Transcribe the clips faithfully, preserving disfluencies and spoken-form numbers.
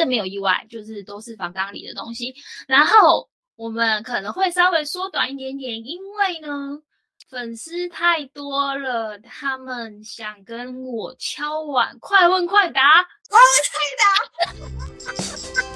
这没有意外，就是都是访纲里的东西。然后我们可能会稍微缩短一点点，因为呢粉丝太多了，他们想跟我敲碗，快问快答， 快问快答。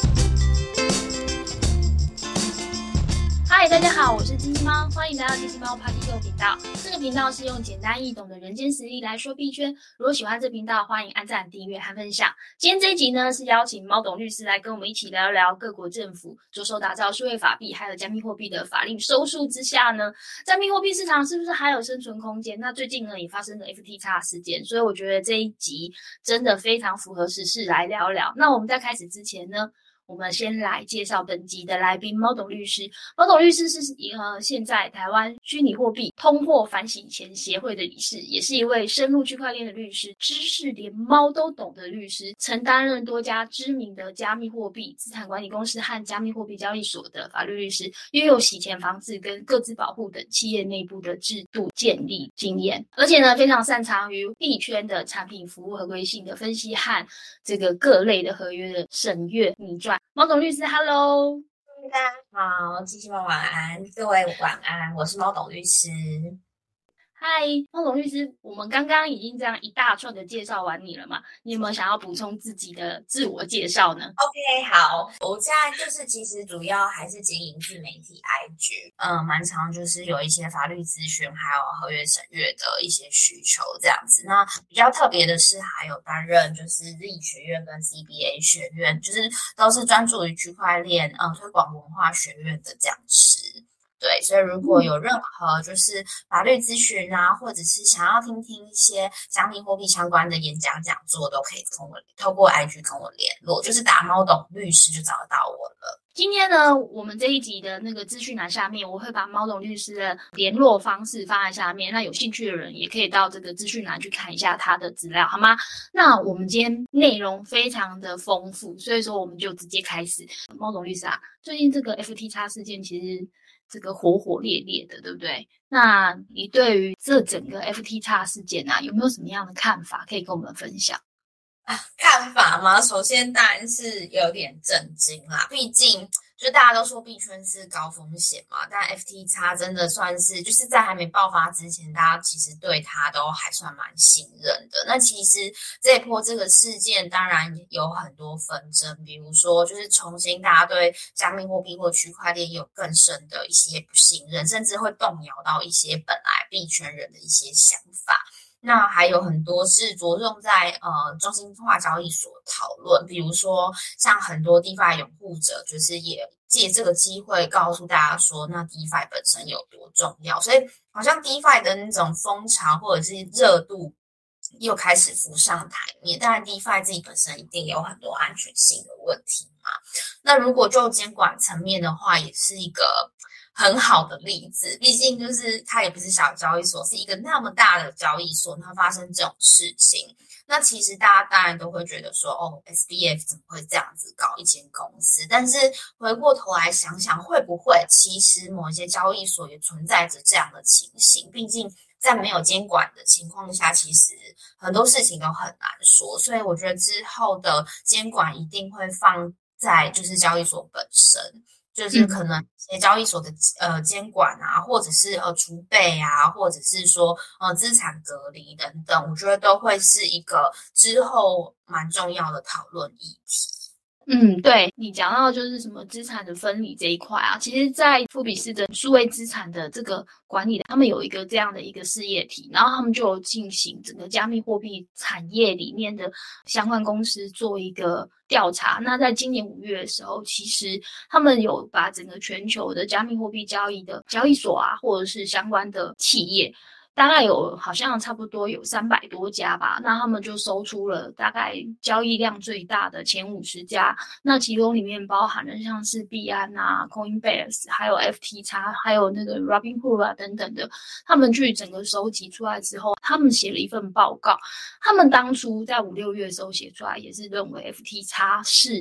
嗨，大家好，我是金鸡猫，欢迎来到金鸡猫 Party Go 频道。这个频道是用简单易懂的人间实力来说币圈。如果喜欢这频道，欢迎按赞、订阅和分享。今天这一集呢，是邀请猫董律师来跟我们一起聊一聊各国政府着手打造数位法币还有加密货币的法令收束之下呢，加密货币市场是不是还有生存空间？那最近呢，也发生了 F T X 事件，所以我觉得这一集真的非常符合时事来聊聊。那我们在开始之前呢，我们先来介绍本集的来宾猫董律师。猫董律师是呃现在台湾虚拟货币通货反洗钱协会的理事，也是一位深入区块链的律师，知识连猫都懂的律师，曾担任多家知名的加密货币资产管理公司和加密货币交易所的法律律师，拥有洗钱防治跟个资保护等企业内部的制度建立经验，而且呢非常擅长于币圈的产品服务合规性的分析和这个各类的合约的审阅拟撰。猫董律师 ，Hello， 大家好，金鸡猫晚安，各位晚安，我是猫董律师。 嗨，猫董律师，我们刚刚已经这样一大串的介绍完你了嘛？你有没有想要补充自己的自我介绍呢 ？OK， 好，我现在就是其实主要还是经营自媒体 I G， 嗯，蛮常就是有一些法律咨询还有合约审阅的一些需求这样子。那比较特别的是，还有担任就是力学院跟 C B A 学院，就是都是专注于区块链嗯推广文化学院的讲师。对，所以如果有任何就是法律咨询啊，或者是想要听听一些加密货币相关的演讲讲座，都可以跟我透过 I G 跟我联络，就是打猫董律师就找得到我了。 今天呢，我们这一集的那个资讯栏下面，我会把猫董律师的联络方式放在下面，那有兴趣的人也可以到这个资讯栏去看一下他的资料，好吗？那我们今天内容非常的丰富，所以说我们就直接开始。猫董律师啊，最近这个 F T X 事件其实这个火火烈烈的，对不对？那你对于这整个 F T X 事件啊，有没有什么样的看法可以跟我们分享？ 啊，看法吗？首先当然是有点震惊啦，毕竟就大家都说币圈是高风险嘛，但 F T X 真的算是就是在还没爆发之前，大家其实对它都还算蛮信任的。那其实这一波这个事件当然有很多纷争，比如说就是重新大家对加密货币或区块链有更深的一些不信任，甚至会动摇到一些本来币圈人的一些想法。那还有很多是着重在呃中心化交易所讨论，比如说像很多 DeFi 拥护者，就是也借这个机会告诉大家说，那 DeFi 本身有多重要，所以好像 DeFi 的那种风潮或者是热度又开始浮上台面。当然 DeFi 自己本身一定有很多安全性的问题嘛。那如果就监管层面的话，也是一个很好的例子，毕竟就是它也不是小交易所，是一个那么大的交易所，它发生这种事情，那其实大家当然都会觉得说，哦 ，S B F 怎么会这样子搞一间公司？但是回过头来想想，会不会其实某一些交易所也存在着这样的情形？毕竟在没有监管的情况下，其实很多事情都很难说，所以我觉得之后的监管一定会放在就是交易所本身。就是可能一些交易所的呃监管啊，或者是呃储备啊，或者是说呃资产隔离等等，我觉得都会是一个之后蛮重要的讨论议题。 嗯，对，你讲到就是什么资产的分离这一块啊，其实在富比士的数位资产的这个管理的，他们有一个这样的一个事业体，然后他们就有进行整个加密货币产业里面的相关公司做一个调查。那在今年五月的时候，其实他们有把整个全球的加密货币交易的交易所啊，或者是相关的企业，大概有好像差不多有三百多家吧，那他们就搜出了大概交易量最大的前五十家，那其中里面包含了像是币安啊、Coinbase， 还有 F T X， 还有那个 Robinhood 啊等等的，他们去整个收集出来之后，他们写了一份报告，他们当初在五六月的时候写出来，也是认为 F T X 是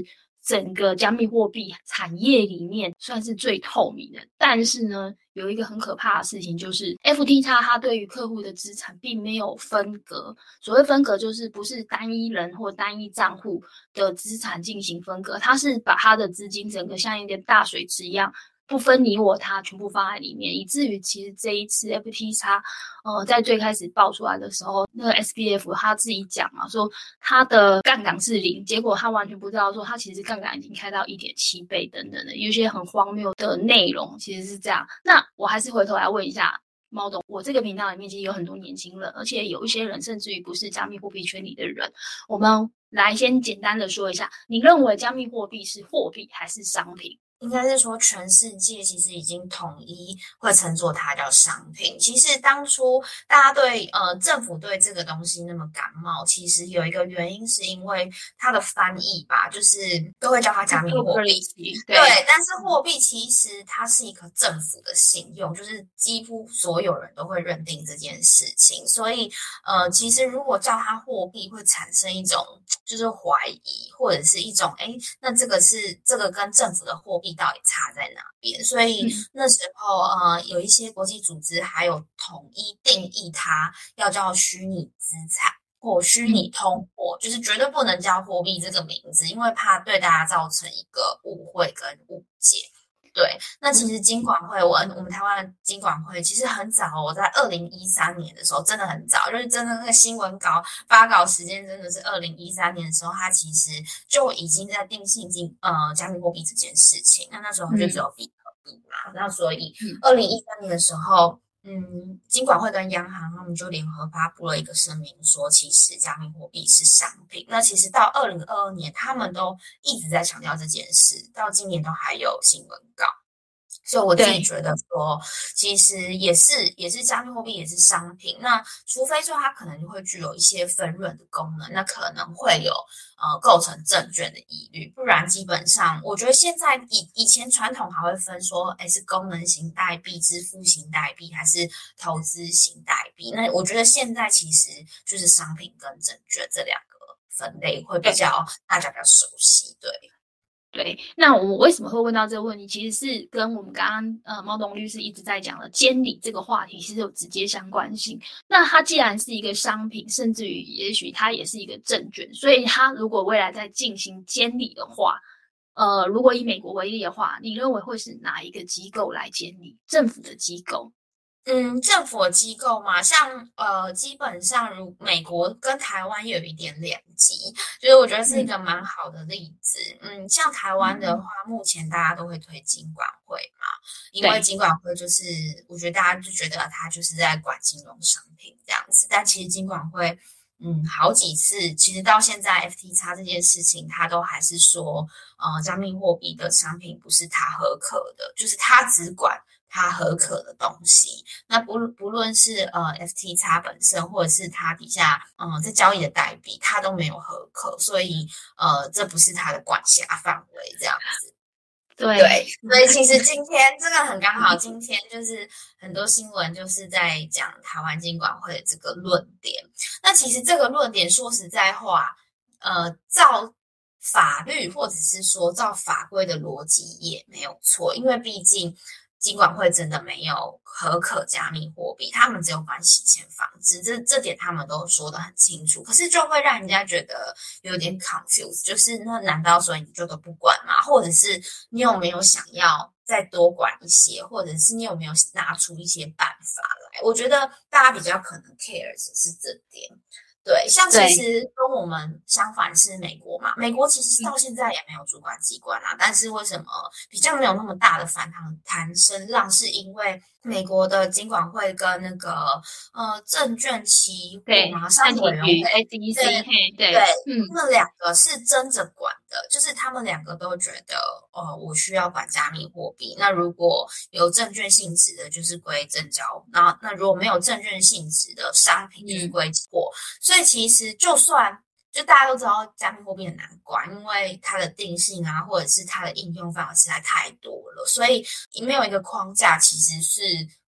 整个加密货币产业里面算是最透明的。但是呢，有一个很可怕的事情，就是 F T X 它对于客户的资产并没有分隔。所谓分隔，就是不是单一人或单一账户的资产进行分隔，它是把它的资金整个像一点大水池一样，不分你我他，全部放在里面，以至于其实这一次 F T X 呃在最开始爆出来的时候，那个 S B F 他自己讲嘛，说他的杠杆是零，结果他完全不知道说他其实杠杆已经开到 一点七倍等等的，有一些很荒谬的内容其实是这样。那我还是回头来问一下猫董，我这个频道里面其实有很多年轻人，而且有一些人甚至于不是加密货币圈里的人。我们来先简单的说一下，你认为加密货币是货币还是商品？ 应该是说全世界其实已经统一会称作它叫商品。其实当初大家对呃政府对这个东西那么感冒，其实有一个原因是因为它的翻译吧，就是都会叫它加密货币。 对， 对，但是货币其实它是一个政府的信用，就是几乎所有人都会认定这件事情。所以呃，其实如果叫它货币，会产生一种就是怀疑，或者是一种哎，那这个是这个跟政府的货币到底差在哪边？所以那时候呃，有一些国际组织还有统一定义它要叫虚拟资产或虚拟通货，就是绝对不能叫货币这个名字，因为怕对大家造成一个误会跟误解。对，那其实金管会，我我们台湾的金管会其实很早哦，在二零一三年的时候，真的很早，就是真的那个新闻稿发稿时间真的是二零一三年的时候，它其实就已经在定性金呃加密货币这件事情。那那时候就只有比特币嘛，嗯、那所以二零一三年的时候。嗯，金管会跟央行他们就联合发布了一个声明，说其实加密货币是商品。那其实到二零二二年，他们都一直在强调这件事，到今年都还有新闻稿。所以我自己觉得说，其实也是也是加密货币也是商品。那除非说它可能就会具有一些分润的功能，那可能会有呃构成证券的疑虑。不然基本上，我觉得现在以以前传统还会分说，哎，是功能型代币、支付型代币还是投资型代币。那我觉得现在其实就是商品跟证券这两个分类会比较大家比较熟悉，对。 对，那我为什么会问到这个问题？其实是跟我们刚刚呃猫董律师一直在讲的监理这个话题其实有直接相关性。那它既然是一个商品，甚至于也许它也是一个证券，所以它如果未来在进行监理的话，呃，如果以美国为例的话，你认为会是哪一个机构来监理？政府的机构？ 嗯，政府的机构嘛，像呃，基本上如美国跟台湾也有一点两极，所以我觉得是一个蛮好的例子。嗯，像台湾的话，目前大家都会推金管会嘛，因为金管会就是我觉得大家就觉得它就是在管金融商品这样子，但其实金管会嗯好几次，其实到现在 F T X 这件事情，它都还是说，呃，加密货币的商品不是它合可的，就是它只管它合可的东西。那不不论是呃 F T X 本身，或者是它底下嗯、呃、在交易的代币，它都没有合可，所以呃这不是它的管辖范围这样子。 对对，所以其实今天这个很刚好，今天就是很多新闻就是在讲台湾金管会的这个论点。那其实这个论点说实在话，呃，照法律或者是说照法规的逻辑也没有错，因为毕竟金管会真的没有合可加密货币，他们只有管洗钱防治，这这点他们都说得很清楚。可是就会让人家觉得有点 confused， 就是那难道说你就都不管吗？或者是你有没有想要再多管一些，或者是你有没有拿出一些办法来？我觉得大家比较可能 care 的是这点。对，像其实跟我们相反是美国嘛，美国其实到现在也没有主管机关啊，但是为什么比较没有那么大的反弹声浪，是因为美国的金管会跟那个呃证券期货嘛，商业委员会 A D C 对对，嗯，他们两个是争着管的，就是他们两个都觉得呃我需要管加密货币，那如果有证券性质的，就是归证交，那那如果没有证券性质的商品，就是归期货，所以其实就算就大家都知道加密货币很难管，因为它的定性啊，或者是它的应用范围实在太多了，所以没有一个框架其实是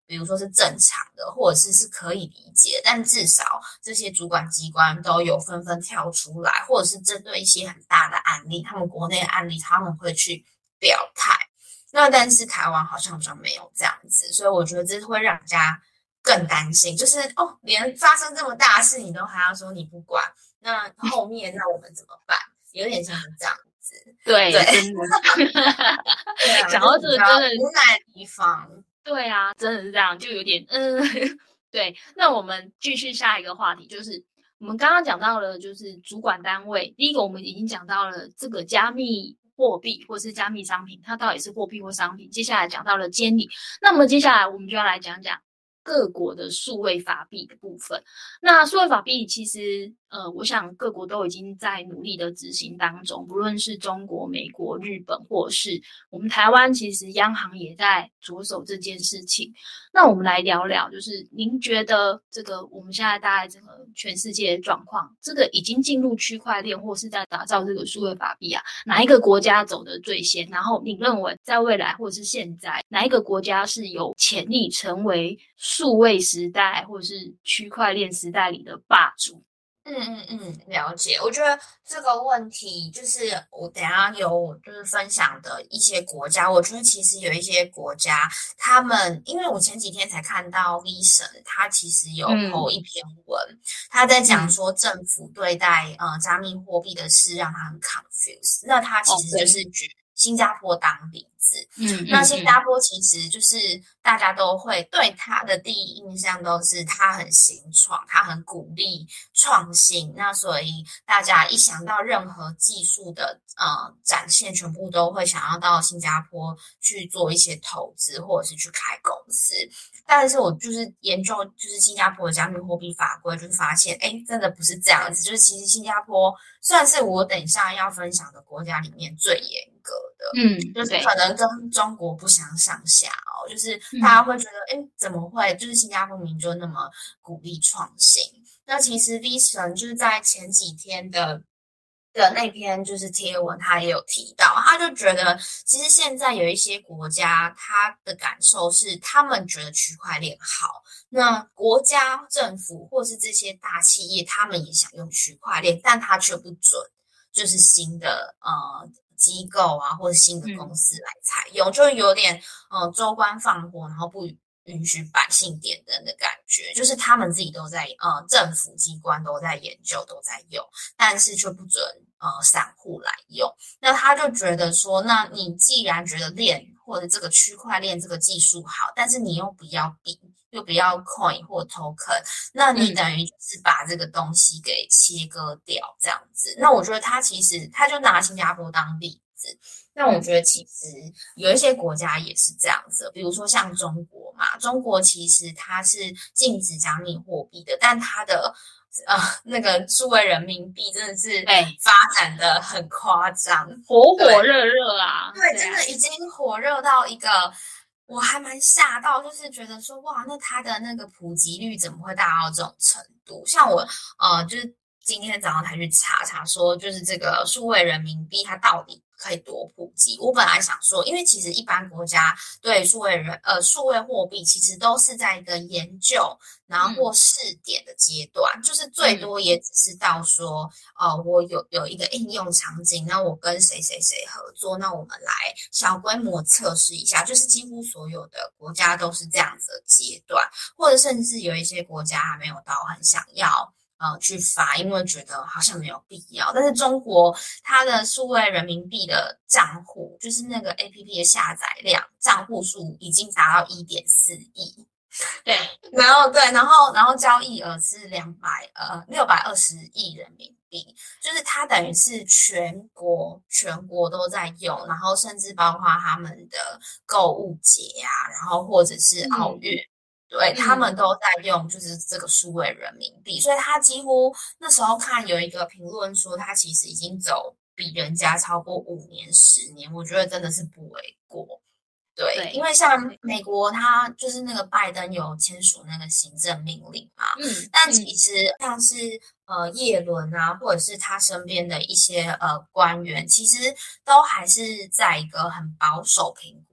比如说是正常的，或者是是可以理解，但至少这些主管机关都有纷纷跳出来，或者是针对一些很大的案例，他们国内的案例他们会去表态。那但是台湾好像就没有这样子，所以我觉得这会让人家更担心，就是哦，连发生这么大的事你都还要说你不管，那后面那我们怎么办？有点像是这样子。 对， 对真的。讲到这个真的无奈的地方。 对啊，真的是这样，就有点嗯，对。那我们继续下一个话题，就是我们刚刚讲到了，就是主管单位。第一个，我们已经讲到了这个加密货币或是加密商品，它到底是货币或商品。接下来讲到了监理，那么接下来我们就要来讲讲各国的数位法币的部分。那数位法币其实呃，我想各国都已经在努力的执行当中，不论是中国、美国、日本，或是我们台湾，其实央行也在着手这件事情。那我们来聊聊，就是您觉得这个我们现在大概整个全世界的状况，这个已经进入区块链或是在打造这个数位法币啊，哪一个国家走得最先？然后你认为在未来或者是现在，哪一个国家是有潜力成为数位时代或者是区块链时代里的霸主？ 嗯嗯嗯，了解。我觉得这个问题就是我等一下有就是分享的一些国家，我觉得其实有一些国家，他们因为我前几天才看到 V 神，他其实有 po 一篇文，嗯、他在讲说政府对待呃加密货币的事让他很 confused， 那他其实就是举新加坡当例子。 嗯， 那新加坡其实就是大家都会对他的第一印象都是他很新创，他很鼓励创新，那所以大家一想到任何技术的呃展现，全部都会想要到新加坡去做一些投资或者是去开公司。但是我就是研究就是新加坡的加密货币法规，就是发现哎，真的不是这样子，就是其实新加坡算是我等一下要分享的国家里面最严格的， 嗯， 就是可能跟中国不相上下哦，就是大家会觉得哎、嗯，怎么会就是新加坡民就那么鼓励创新？那其实 V 神就是在前几天的的那篇就是贴文，他也有提到，他就觉得其实现在有一些国家，他的感受是他们觉得区块链好，那国家政府或是这些大企业，他们也想用区块链，但他却不准，就是新的呃机构啊或者新的公司来采用，嗯、就有点呃州官放火，然后不允许百姓点灯的感觉，就是他们自己都在呃政府机关都在研究都在用，但是却不准呃散户来用。那他就觉得说，那你既然觉得链或者这个区块链这个技术好，但是你又不要币，又不要 coin 或 token， 那你等于就是把这个东西给切割掉这样子。那我觉得他其实他就拿新加坡当例子。那我觉得其实有一些国家也是这样子，比如说像中国嘛，中国其实它是禁止加密货币的，但它的呃那个数位人民币真的是发展的很夸张， 火火热热啊， 对，真的已经火热到一个。我还蛮吓到，就是觉得说，哇，那它的那个普及率怎么会大到这种程度？像我，呃，就是今天早上才去查查说，就是这个数位人民币它到底可以多普及？我本来想说，因为其实一般国家对数位人呃数位货币其实都是在一个研究，然后或试点的阶段，嗯、就是最多也只是到说，呃，我有有一个应用场景，那我跟谁谁谁合作，那我们来小规模测试一下，就是几乎所有的国家都是这样子的阶段，或者甚至有一些国家还没有到很想要。呃，去发，因为觉得好像没有必要。但是中国它的数位人民币的账户，就是那个 A P P 的下载量，账户数已经达到 一点四亿。 对， 然后对，然后然后交易额是两百呃六百二十亿人民币，就是它等于是全国全国都在用，然后甚至包括他们的购物节啊，然后或者是奥运。嗯对，他们都在用就是这个数位人民币，所以他几乎那时候看有一个评论说，他其实已经走比人家超过五年、十年，我觉得真的是不为过。对，对因为像美国，他就是那个拜登有签署那个行政命令嘛，嗯，但其实像是呃叶伦啊，或者是他身边的一些呃官员，其实都还是在一个很保守评估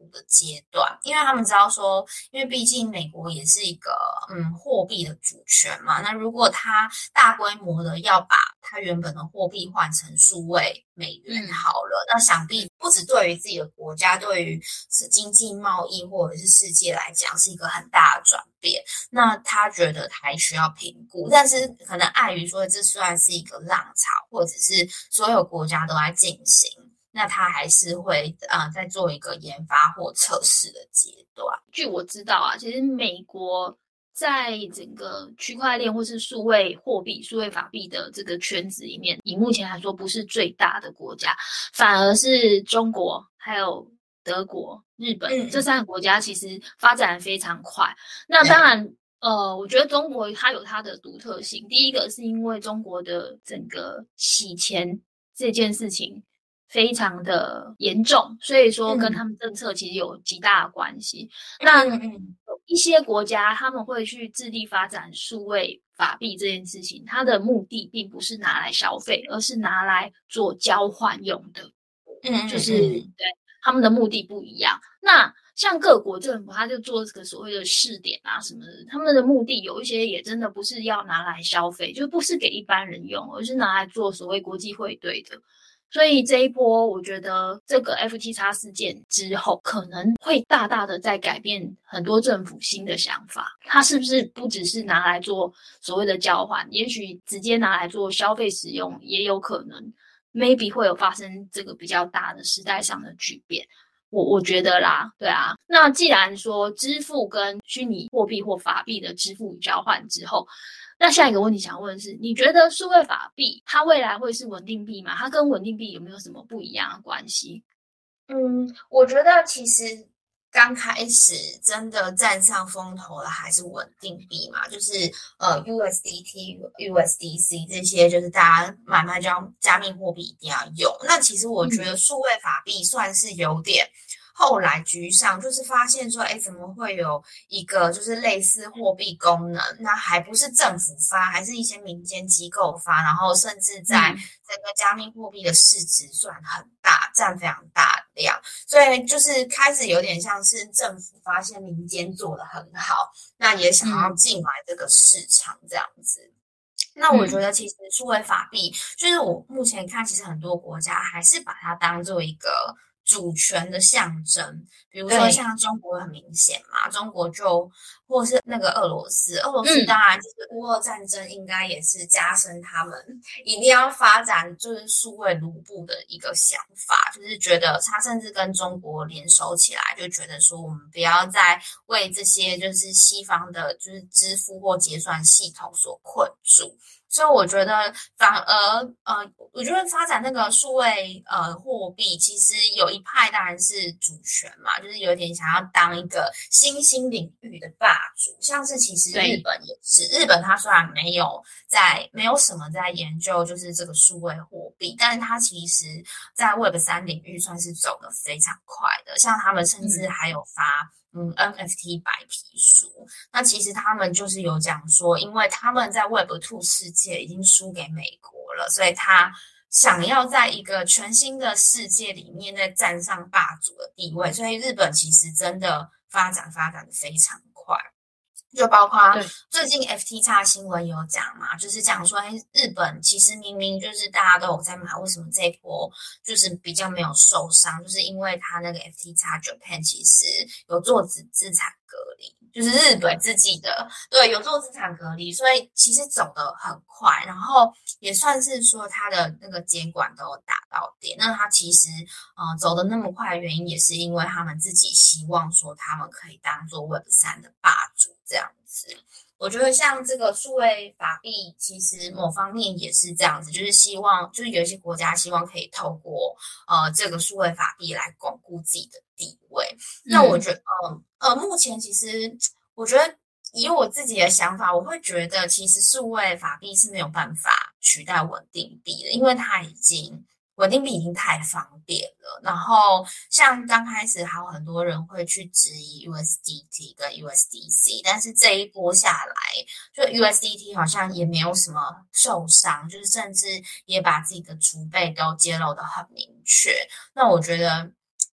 固的阶段，因为他们知道说，因为毕竟美国也是一个嗯货币的主权嘛，那如果它大规模的要把它原本的货币换成数位美元好了，嗯、那想必不只对于自己的国家，对于经济贸易或者是世界来讲是一个很大的转变。那他觉得还需要评估，但是可能碍于说这算是一个浪潮，或者是所有国家都在进行，那他还是会呃在做一个研发或测试的阶段。 据我知道啊，其实美国在整个区块链或是数位货币、数位法币的这个圈子里面，以目前来说不是最大的国家，反而是中国还有德国、日本、嗯、这三个国家其实发展非常快。那当然，呃，我觉得中国它有它的独特性。第一个是因为中国的整个洗钱这件事情非常的严重，所以说跟他们政策其实有极大的关系。嗯、那有一些国家他们会去致力发展数位法币这件事情，它的目的并不是拿来消费，而是拿来做交换用的。嗯，就是对他们的目的不一样。那像各国政府，他就做这个所谓的试点啊什么的，他们的目的有一些也真的不是要拿来消费，就不是给一般人用，而是拿来做所谓国际汇兑的。所以这一波我觉得这个 F T X 事件之后可能会大大的在改变很多政府新的想法，它是不是不只是拿来做所谓的交换，也许直接拿来做消费使用也有可能， maybe 会有发生这个比较大的时代上的巨变。我我觉得啦，对啊，那既然说支付跟虚拟货币或法币的支付与交换之后，那下一个问题想问的是，你觉得数位法币它未来会是稳定币吗？它跟稳定币有没有什么不一样的关系？ 嗯，我觉得其实刚开始真的站上风头的还是稳定币嘛，就是呃 U S D T、U S D C 这些，就是大家买卖加加密货币一定要用。那其实我觉得数位法币算是有点后来居上，就是发现说，哎，怎么会有一个就是类似货币功能？那还不是政府发，还是一些民间机构发，然后甚至在整个加密货币的市值算很大，占非常大量，所以就是开始有点像是政府发现民间做得很好，那也想要进来这个市场这样子。嗯那我觉得其实数位法币，就是我目前看，其实很多国家还是把它当做一个主权的象征，比如说像中国很明显嘛，中国就或是那个俄罗斯，俄罗斯当然就是乌俄战争应该也是加深他们一定要发展就是数位卢布的一个想法，就是觉得他甚至跟中国联手起来，就觉得说我们不要再为这些就是西方的就是支付或结算系统所困住。所以我觉得反而呃，我觉得发展那个数位呃货币，其实有一派当然是主权嘛，就是有点想要当一个新兴领域的霸主，像是其实日本也是，日本它虽然没有在没有什么在研究就是这个数位货币，但是它其实在 Web 三 领域算是走得非常快的，像他们甚至还有发。嗯 ，N F T 白皮书，那其实他们就是有讲说，因为他们在 Web 二 世界已经输给美国了，所以他想要在一个全新的世界里面再站上霸主的地位，所以日本其实真的发展发展的非常快。就包括最近 F T X 新闻有讲嘛，就是讲说，哎，日本其实明明就是大家都有在买，为什么这一波就是比较没有受伤？就是因为它那个 F T X Japan 其实有做资资产隔离，就是日本自己的对有做资产隔离，所以其实走得很快，然后也算是说它的那个监管都有打到点。那它其实呃走得那么快的原因，也是因为他们自己希望说他们可以当做 Web 三 的霸主。这样子，我觉得像这个数位法币，其实某方面也是这样子，就是希望，就是有一些国家希望可以透过呃这个数位法币来巩固自己的地位。嗯、那我觉得，呃呃，目前其实我觉得以我自己的想法，我会觉得其实数位法币是没有办法取代稳定币的，因为它已经。稳定币已经太方便了，然后像刚开始还有很多人会去质疑 U S D T 跟 U S D C， 但是这一波下来，就 U S D T 好像也没有什么受伤，就是甚至也把自己的储备都揭露得很明确。那我觉得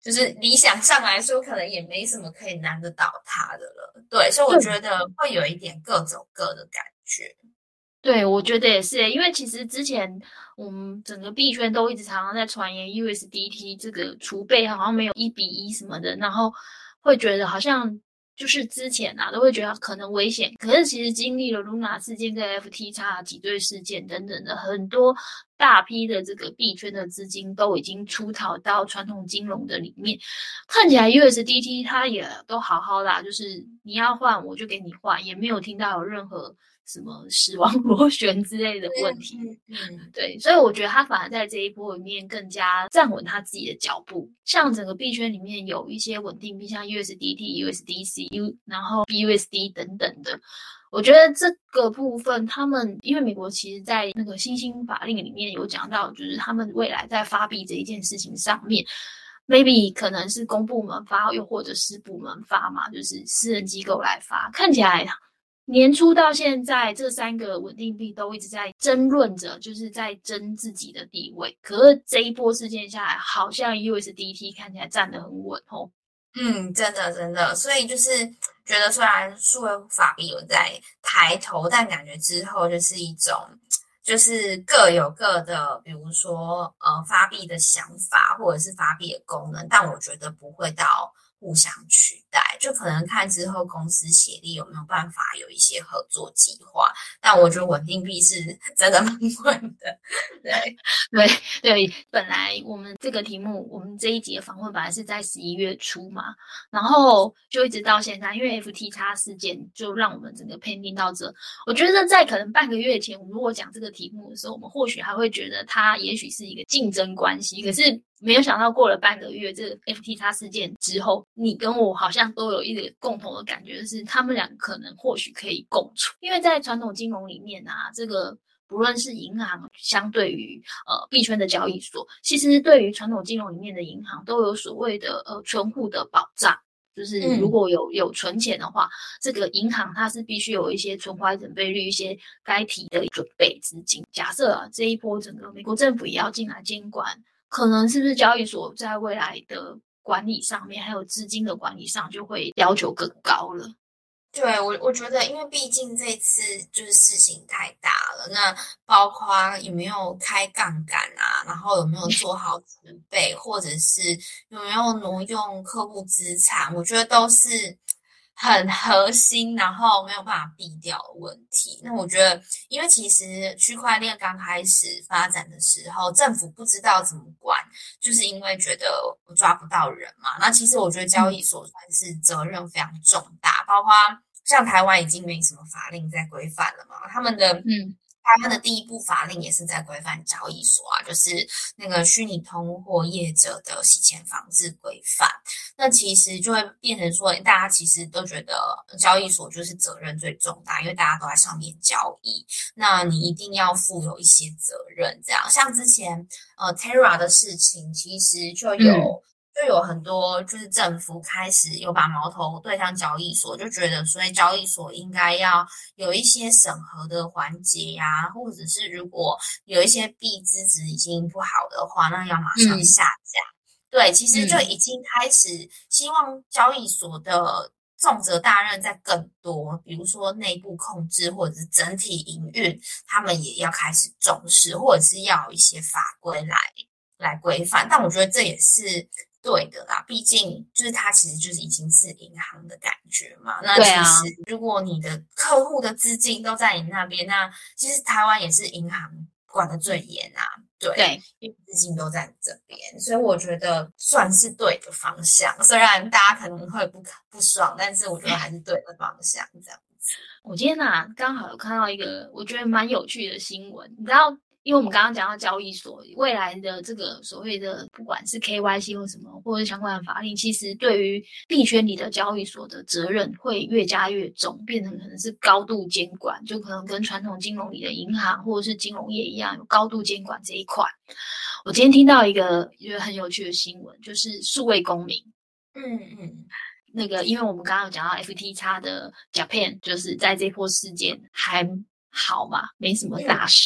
就是理想上来说，可能也没什么可以难得倒他的了。对，所以我觉得会有一点各走各的感觉。 对，我觉得也是耶，因为其实之前我们整个币圈都一直常常在传言 U S D T 这个储备好像没有一比一什么的，然后会觉得好像就是之前啊都会觉得可能危险，可是其实经历了 Luna 事件跟 F T X 挤兑事件等等的很多大批的这个币圈的资金都已经出逃到传统金融的里面，看起来 U S D T 它也都好好啦，就是你要换我就给你换，也没有听到有任何什么死亡螺旋之类的问题。 嗯嗯， 对，所以我觉得他反而在这一波里面更加站稳他自己的脚步。像整个币圈里面有一些稳定币，像 U S D T、U S D C、U 然后 B U S D 等等的。我觉得这个部分，他们因为美国其实在那个新兴法令里面有讲到，就是他们未来在发币这一件事情上面 ，maybe 可能是公部门发，又或者私部门发嘛，就是私人机构来发，看起来年初到现在，这三个稳定币都一直在争论着，就是在争自己的地位。可是这一波事件下来，好像 U S D T 看起来站得很稳哦。 嗯，真的真的，所以就是觉得虽然数位法币有在抬头，但感觉之后就是一种，就是各有各的，比如说呃发币的想法或者是发币的功能，但我觉得不会到互相取代，就可能看之后公司协力有没有办法有一些合作计划。但我觉得稳定币是真的蛮稳的，对对对，本来我们这个题目，我们这一集的访问本来是在十一月初嘛，然后就一直到现在，因为 F T X 事件就让我们整个 pending 到这。我觉得在可能半个月前，我们如果讲这个题目的时候，我们或许还会觉得它也许是一个竞争关系，可是没有想到过了半个月，这个 F T X 事件之后，你跟我好像都有一个共同的感觉，就是他们俩可能或许可以共处，因为在传统金融里面啊，这个不论是银行相对于呃币圈的交易所，其实对于传统金融里面的银行都有所谓的呃存户的保障。就是如果有有存钱的话，这个银行它是必须有一些存款准备率，一些该提的准备资金。假设啊这一波整个美国政府也要进来监管，可能是不是交易所在未来的管理上面，还有资金的管理上就会要求更高了。 对，我我觉得，因为毕竟这次就是事情太大了，那包括有没有开杠杆啊，然后有没有做好准备，或者是有没有挪用客户资产，我觉得都是很核心，然后没有办法避掉的问题。那我觉得，因为其实区块链刚开始发展的时候，政府不知道怎么管，就是因为觉得我抓不到人嘛。那其实我觉得交易所算是责任非常重大，包括像台湾已经没什么法令在规范了嘛，他们的嗯。台湾的第一部法令也是在规范交易所啊，就是那个虚拟通货业者的洗钱防治规范。那其实就会变成说，大家其实都觉得交易所就是责任最重大，因为大家都在上面交易，那你一定要负有一些责任。这样，像之前呃 Terra 的事情，其实就有。嗯就有很多就是政府开始有把矛头对向交易所，就觉得所以交易所应该要有一些审核的环节呀、啊，或者是如果有一些币资质已经不好的话，那要马上下架。嗯、对，其实就已经开始希望交易所的重责大任在更多，比如说内部控制或者是整体营运，他们也要开始重视，或者是要有一些法规来来规范。但我觉得这也是对的啦，毕竟就是它其实就是已经是银行的感觉嘛。那其实如果你的客户的资金都在你那边，那其实台湾也是银行管得最严啊。对， 对， 因为资金都在这边，所以我觉得算是对的方向。虽然大家可能会不不爽，但是我觉得还是对的方向。这样子， 我今天啊刚好有看到一个我觉得蛮有趣的新闻，你知道？因为我们刚刚讲到交易所未来的这个所谓的不管是 K Y C 或什么或者相关的法令，其实对于币圈里的交易所的责任会越加越重，变成可能是高度监管，就可能跟传统金融里的银行或者是金融业一样有高度监管这一块。我今天听到一个觉得很有趣的新闻，就是数位公民。 嗯嗯。 那个，因为我们刚刚有讲到 F T X 的 Japan， 就是在这波事件还好嘛，没什么大事嘛。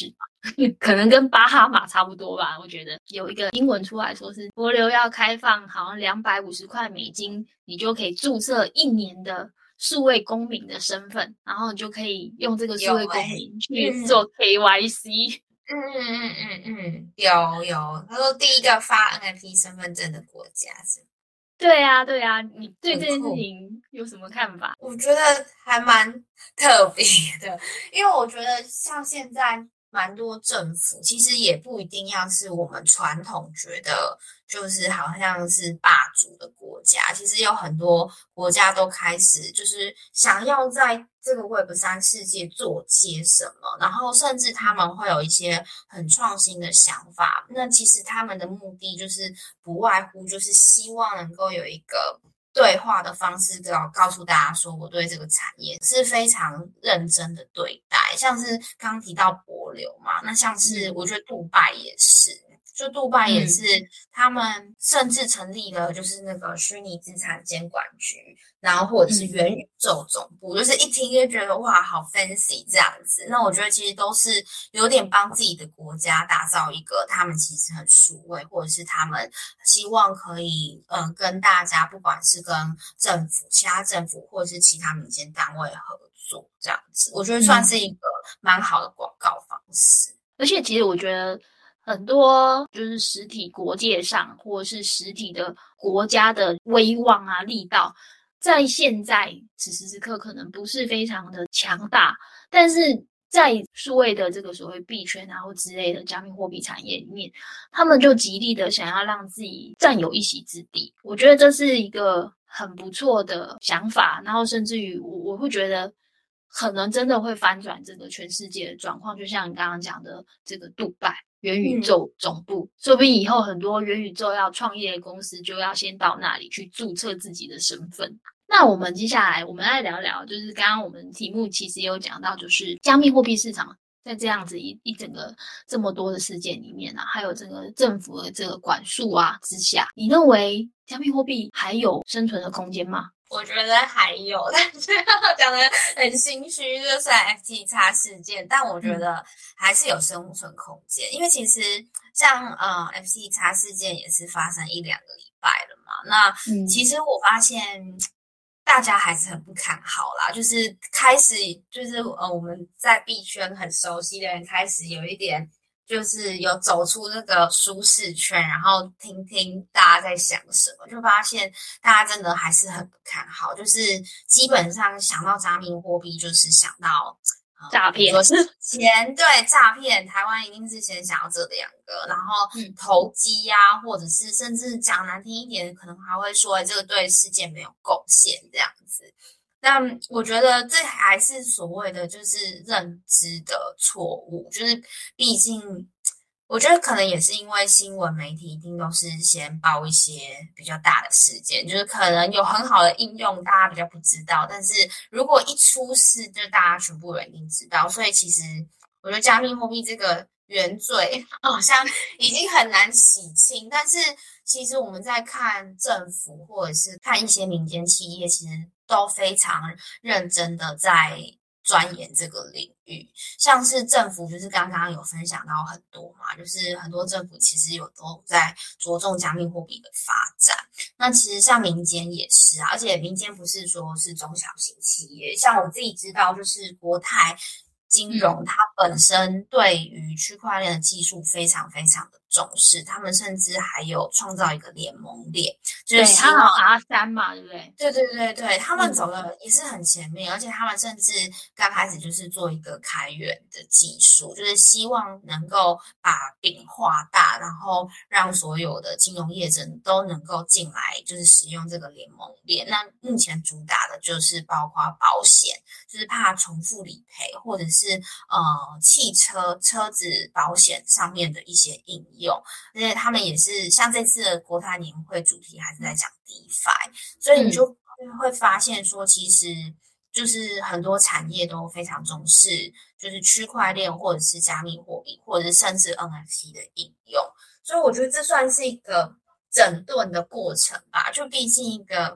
可能跟巴哈马差不多吧。我觉得有一个英文出来说是帛琉要开放，好像两百五十块美金，你就可以注册一年的数位公民的身份，然后你就可以用这个数位公民去做 K Y C。 嗯嗯嗯嗯嗯，有有，他说第一个发 N F T 身份证的国家是。 对啊，对啊，你对这件事情有什么看法？ 我觉得还蛮特别的，因为我觉得像现在蛮多政府，其实也不一定要是我们传统觉得就是好像是霸主的国家，其实有很多国家都开始就是想要在这个 Web 三 世界做些什么，然后甚至他们会有一些很创新的想法。那其实他们的目的就是不外乎就是希望能够有一个对话的方式，告告诉大家说，我对这个产业是非常认真的对待。像是刚刚提到帛琉嘛，那像是我觉得杜拜也是。就杜拜也是，嗯、他们甚至成立了就是那个虚拟资产监管局，然后或者是元宇宙总部，嗯、就是一听就觉得哇，好 fancy 这样子。那我觉得其实都是有点帮自己的国家打造一个他们其实很数位，或者是他们希望可以呃跟大家，不管是跟政府、其他政府或者是其他民间单位合作这样子，我觉得算是一个蛮好的广告方式。 嗯、而且其实我觉得。很多就是实体国界上，或是实体的国家的威望啊、力道，在现在此时此刻可能不是非常的强大，但是在数位的这个所谓币圈啊或之类的加密货币产业里面，他们就极力的想要让自己占有一席之地。我觉得这是一个很不错的想法，然后甚至于我我会觉得。可能真的会翻转这个全世界的状况，就像你刚刚讲的这个杜拜元宇宙总部，嗯、说不定以后很多元宇宙要创业的公司就要先到那里去注册自己的身份。那我们接下来我们来聊聊，就是刚刚我们题目其实也有讲到，就是加密货币市场在这样子一一整个这么多的事件里面啊，还有这个政府的这个管束啊之下，你认为加密货币还有生存的空间吗？ 我觉得还有，但是讲得很心虚，就是 F T X 事件，但我觉得还是有生存空间，因为其实像呃 F T X 事件也是发生一两个礼拜了嘛，那其实我发现大家还是很不看好啦，就是开始就是呃我们在币圈很熟悉的人开始有一点。就是有走出那个舒适圈，然后听听大家在想什么，就发现大家真的还是很不看好，就是基本上想到加密货币，就是想到诈骗， 说钱对诈骗，台湾一定是先想要这两个，然后投机呀、啊，或者是甚至讲难听一点，可能还会说这个对世界没有贡献这样子。那我觉得这还是所谓的就是认知的错误，就是毕竟我觉得可能也是因为新闻媒体一定都是先报一些比较大的事件，就是可能有很好的应用大家比较不知道，但是如果一出事就大家全部人一定知道，所以其实我觉得加密货币这个原罪好像已经很难洗清，但是其实我们在看政府或者是看一些民间企业，其实都非常认真的在钻研这个领域，像是政府就是刚刚有分享到很多嘛，就是很多政府其实有都在着重加密货币的发展。那其实像民间也是啊，而且民间不是说是中小型企业，像我自己知道就是国泰金融，它本身对于区块链的技术非常非常的重视，他们甚至还有创造一个联盟链，就是希望 R 三嘛，对不对？ 对对对对，他们走的也是很前面，嗯、而且他们甚至刚开始就是做一个开源的技术，就是希望能够把饼画大，然后让所有的金融业者都能够进来，就是使用这个联盟链。那目前主打的就是包括保险，就是怕重复理赔，或者是呃汽车车子保险上面的一些应用。而且他们也是像这次的国泰年会主题还是在讲 DeFi， 所以你就会发现说，其实就是很多产业都非常重视，就是区块链或者是加密货币，或者是甚至 N F T 的应用。所以我觉得这算是一个整顿的过程吧，就毕竟一个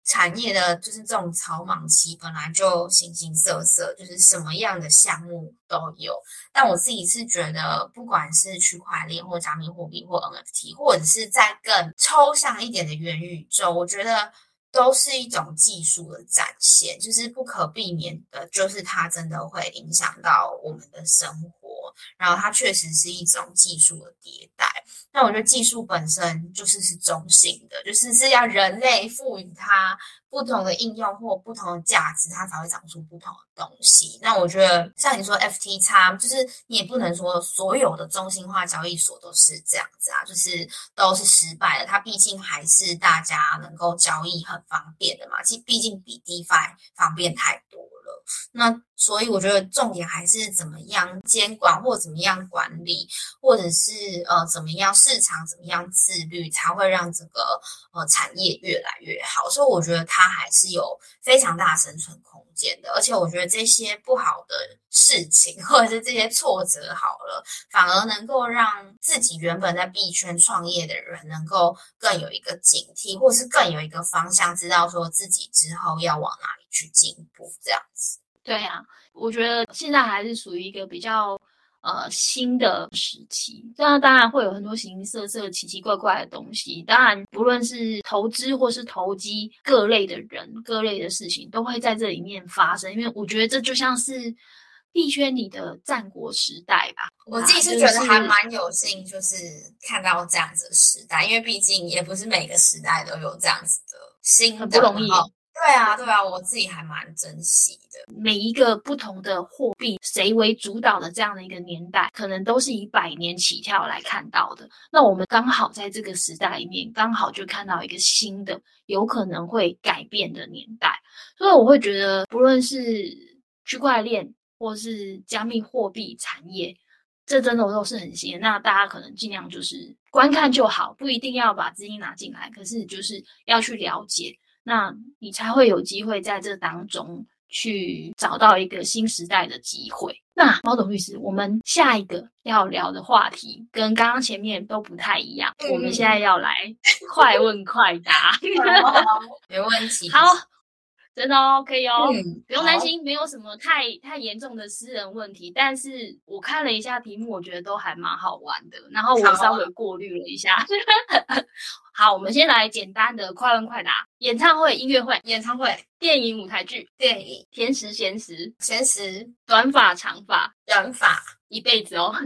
产业的就是这种草莽期本来就形形色色，就是什么样的项目都有。但我自己是觉得，不管是区块链或加密货币或 N F T， 或者是再更抽象一点的元宇宙，我觉得都是一种技术的展现，就是不可避免的，就是它真的会影响到我们的生活，然后它确实是一种技术的迭代。那我觉得技术本身就是是中性的，就是是要人类赋予它不同的应用或不同的价值，它才会长出不同的东西。那我觉得像你说 F T X， 就是你也不能说所有的中心化交易所都是这样子啊，就是都是失败的。它毕竟还是大家能够交易很方便的嘛，其实毕竟比 DeFi 方便太多了。那所以我觉得重点还是怎么样监管或怎么样管理，或者是呃怎么样市场怎么样自律，才会让这个呃产业越来越好。所以我觉得它还是有非常大生存空间的。而且我觉得这些不好的事情或者是这些挫折好了，反而能够让自己原本在币圈创业的人能够更有一个警惕，或是更有一个方向，知道说自己之后要往哪里去进步这样子。 对啊，我觉得现在还是属于一个比较呃新的时期，这样当然会有很多形形色色奇奇怪怪的东西，当然不论是投资或是投机，各类的人各类的事情都会在这里面发生，因为我觉得这就像是币圈里的战国时代吧。 我自己是觉得还蛮有幸就是看到这样子的时代，因为毕竟也不是每个时代都有这样子的新的， 很不容易。 对啊对啊，我自己还蛮珍惜的。 每一个不同的货币谁为主导的这样的一个年代，可能都是以百年起跳来看到的。那我们刚好在这个时代里面，刚好就看到一个新的有可能会改变的年代。所以我会觉得不论是区块链或是加密货币产业，这真的都是很新的。那大家可能尽量就是观看就好，不一定要把资金拿进来，可是就是要去了解，那你才会有机会在这当中去找到一个新时代的机会。那猫董律师，我们下一个要聊的话题跟刚刚前面都不太一样，嗯、我们现在要来快问快答。 没问题。 好，真的哦，可以哦， 嗯、 不用担心，没有什么太太严重的私人问题。但是我看了一下题目，我觉得都还蛮好玩的，然后我稍微过滤了一下。好，我们先来简单的快问快答。演唱会、音乐会、 演唱会、 电影、舞台剧、 电影、 甜食、咸食、 咸食、 短发、长发、 短发， 一辈子哦。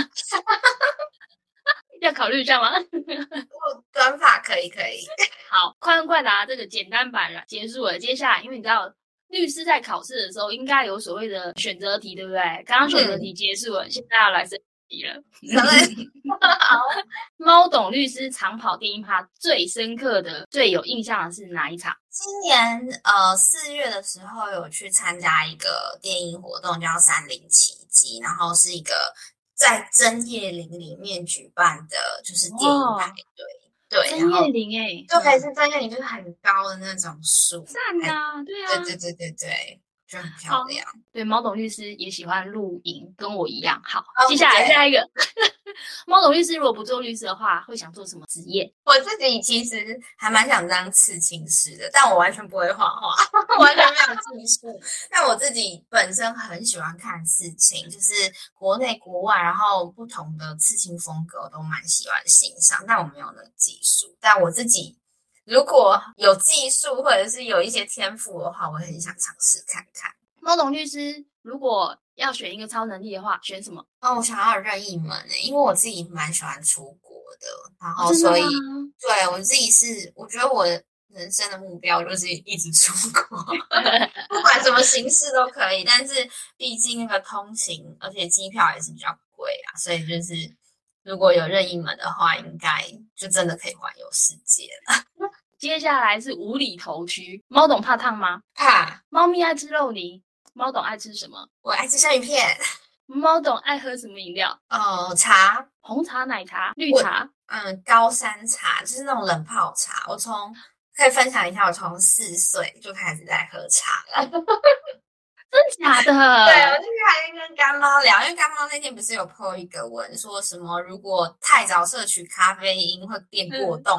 要考虑一下吗？ 短发可以可以。 好，快问快答这个简单版结束了。接下来，因为你知道律师在考试的时候应该有所谓的选择题，对不对？刚刚选择题结束了，嗯、现在要来审题了。好，猫董律师长跑电音趴最深刻的、最有印象的是哪一场？ 今年呃四月的时候有去参加一个电音活动，叫三零奇迹，然后是一个在针叶林里面举办的，就是电音派对。哦对， 针叶林哎、欸， 就可以是针叶林，就是很高的那种树， 赞啊，对啊， 对对对对对，就很漂亮。 对，猫董律师也喜欢露营，跟我一样。好， 哦、 接下来下一个，猫董律师如果不做律师的话，会想做什么职业？ 我自己其实还蛮想当刺青师的，但我完全不会画画，完全没有技术。但我自己本身很喜欢看刺青，就是国内国外，然后不同的刺青风格我都蛮喜欢欣赏，但我没有那个技术。但我自己如果有技术或者是有一些天赋的话，我很想尝试看看。 猫董律师如果要选一个超能力的话，选什么？ 哦，我想要任意门诶，因为我自己蛮喜欢出国的，然后所以、哦、对我自己是，我觉得我人生的目标就是一直出国，不管什么形式都可以。但是毕竟那个通勤，而且机票也是比较贵啊，所以就是如果有任意门的话，应该就真的可以环游世界了。 接下来是无厘头区，猫董怕烫吗？ 怕。 猫咪爱吃肉泥，猫董爱吃什么？ 我爱吃生鱼片。 猫董爱喝什么饮料？ 哦，茶， 红茶、奶茶、绿茶。 嗯，高山茶，就是那种冷泡茶。我从可以分享一下，我从四岁就开始在喝茶了。 真假的？ 对，我就是还跟干妈聊，因为干妈那天不是有 po 一个文，说什么如果太早摄取咖啡因会变过动儿。嗯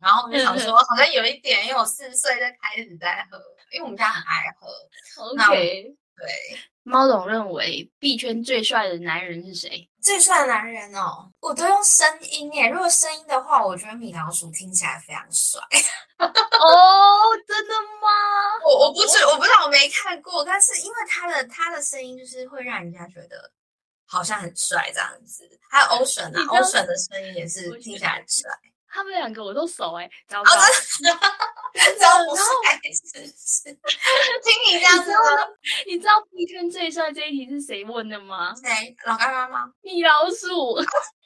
然后我就想说好像有一点，因为我四岁就开始在喝，因为我们家很爱喝。 OK， 对， 猫总认为币圈最帅的男人是谁？ 最帅的男人哦，我都用声音耶。如果声音的话，我觉得米老鼠听起来非常帅。 哦，真的吗？ 我我不知我不知道，我没看过，但是因为他的他的声音就是会让人家觉得好像很帅这样子。还有 Ocean 啊 ，Ocean 的声音也是听起来很帅。 他们两个我都熟哎，糟糕。 哦，真的，然后不帅是是，听你这样子说， 你知道币圈最帅这一题是谁问的吗？ 谁？老干妈吗？ 米老鼠。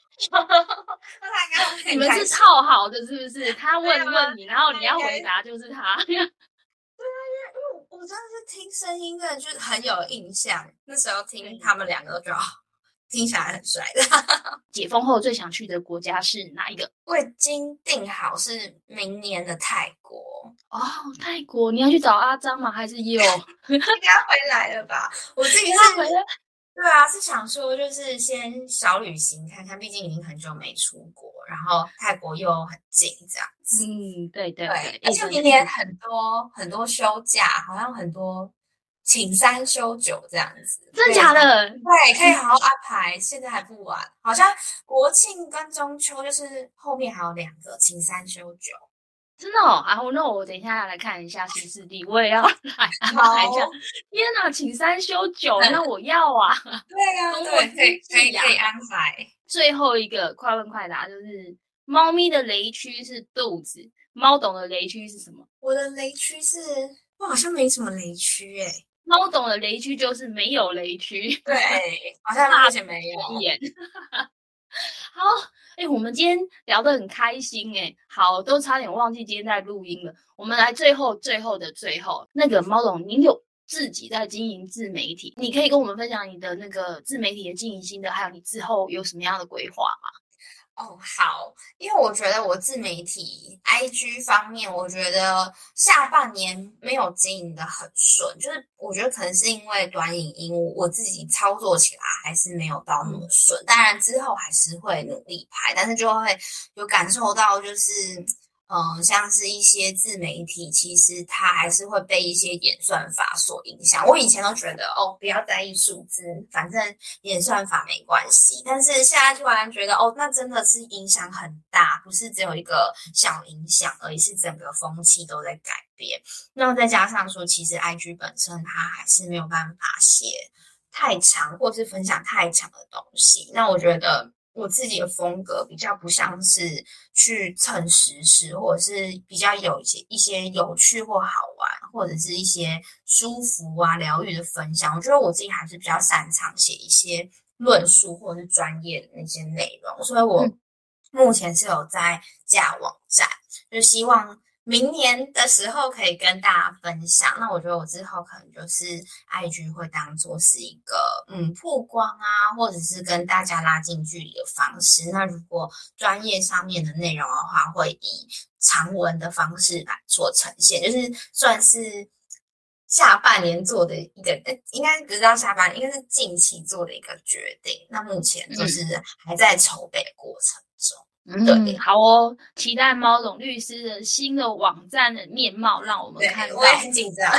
你们是套好的是不是？他问问你，然后你要回答就是他。对啊，因为我真的是听声音的，就是很有印象。那时候听他们两个都觉得听起来很帅的。 解封后最想去的国家是哪一个？ 我已经定好是明年的泰国。 哦，泰国，你要去找阿张吗？还是有？ 应该回来了吧？我自己是回来。 对啊，是想说就是先小旅行看看，毕竟已经很久没出国，然后泰国又很近这样子。 嗯，对对对，而且明年很多很多休假，好像很多请三休九这样子。 真的假的？ 对，可以好好安排，现在还不晚。好像国庆跟中秋就是后面还有两个请三休九。 真的哦，然后那我等一下来看一下新势力，我也要来安排一下。天哪，请三休九，那我要啊！ 对啊，对，可以可以可以安排。 最后一个快问快答就是：猫咪的雷区是肚子，猫董的雷区是什么？ 我的雷区是，我好像没什么雷区诶。 猫董的雷区就是没有雷区。 对，好像目前没有。 好，哎、欸，我们今天聊得很开心哎、欸，好，都差点忘记今天在录音了。我们来最后最后的最后，那个猫总，您有自己在经营自媒体，你可以跟我们分享你的那个自媒体的经营心得，还有你之后有什么样的规划吗？ 哦，好，因为我觉得我自媒体 I G 方面，我觉得下半年没有经营的很顺，就是我觉得可能是因为短影音我自己操作起来还是没有到那么顺，当然之后还是会努力拍，但是就会有感受到就是嗯，像是一些自媒体，其实它还是会被一些演算法所影响。我以前都觉得哦，不要在意数字，反正演算法没关系。但是现在突然觉得哦，那真的是影响很大，不是只有一个小影响而已，是整个风气都在改变。那再加上说，其实 I G 本身它还是没有办法写太长，或是分享太长的东西。那我觉得我自己的风格比较不像是去蹭时事，或者是比较有一些一些有趣或好玩，或者是一些舒服啊疗愈的分享。我觉得我自己还是比较擅长写一些论述或者是专业的那些内容，所以我目前是有在架网站，就希望明年的时候可以跟大家分享。那我觉得我之后可能就是 I G 会当作是一个嗯曝光啊，或者是跟大家拉近距离的方式。那如果专业上面的内容的话，会以长文的方式来做呈现，就是算是下半年做的一个，应该不是到下半年，应该是近期做的一个决定。那目前就是还在筹备的过程中。 嗯，对，好哦，期待猫总律师的新的网站的面貌，让我们看到。 我也很紧张。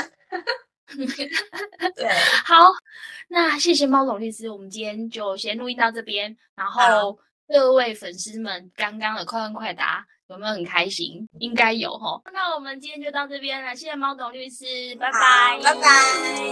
对， 好，那谢谢猫总律师，我们今天就先录音到这边。然后各位粉丝们，刚刚的快问快答有没有很开心？应该有齁。那我们今天就到这边了，谢谢猫总律师，拜拜， 拜拜。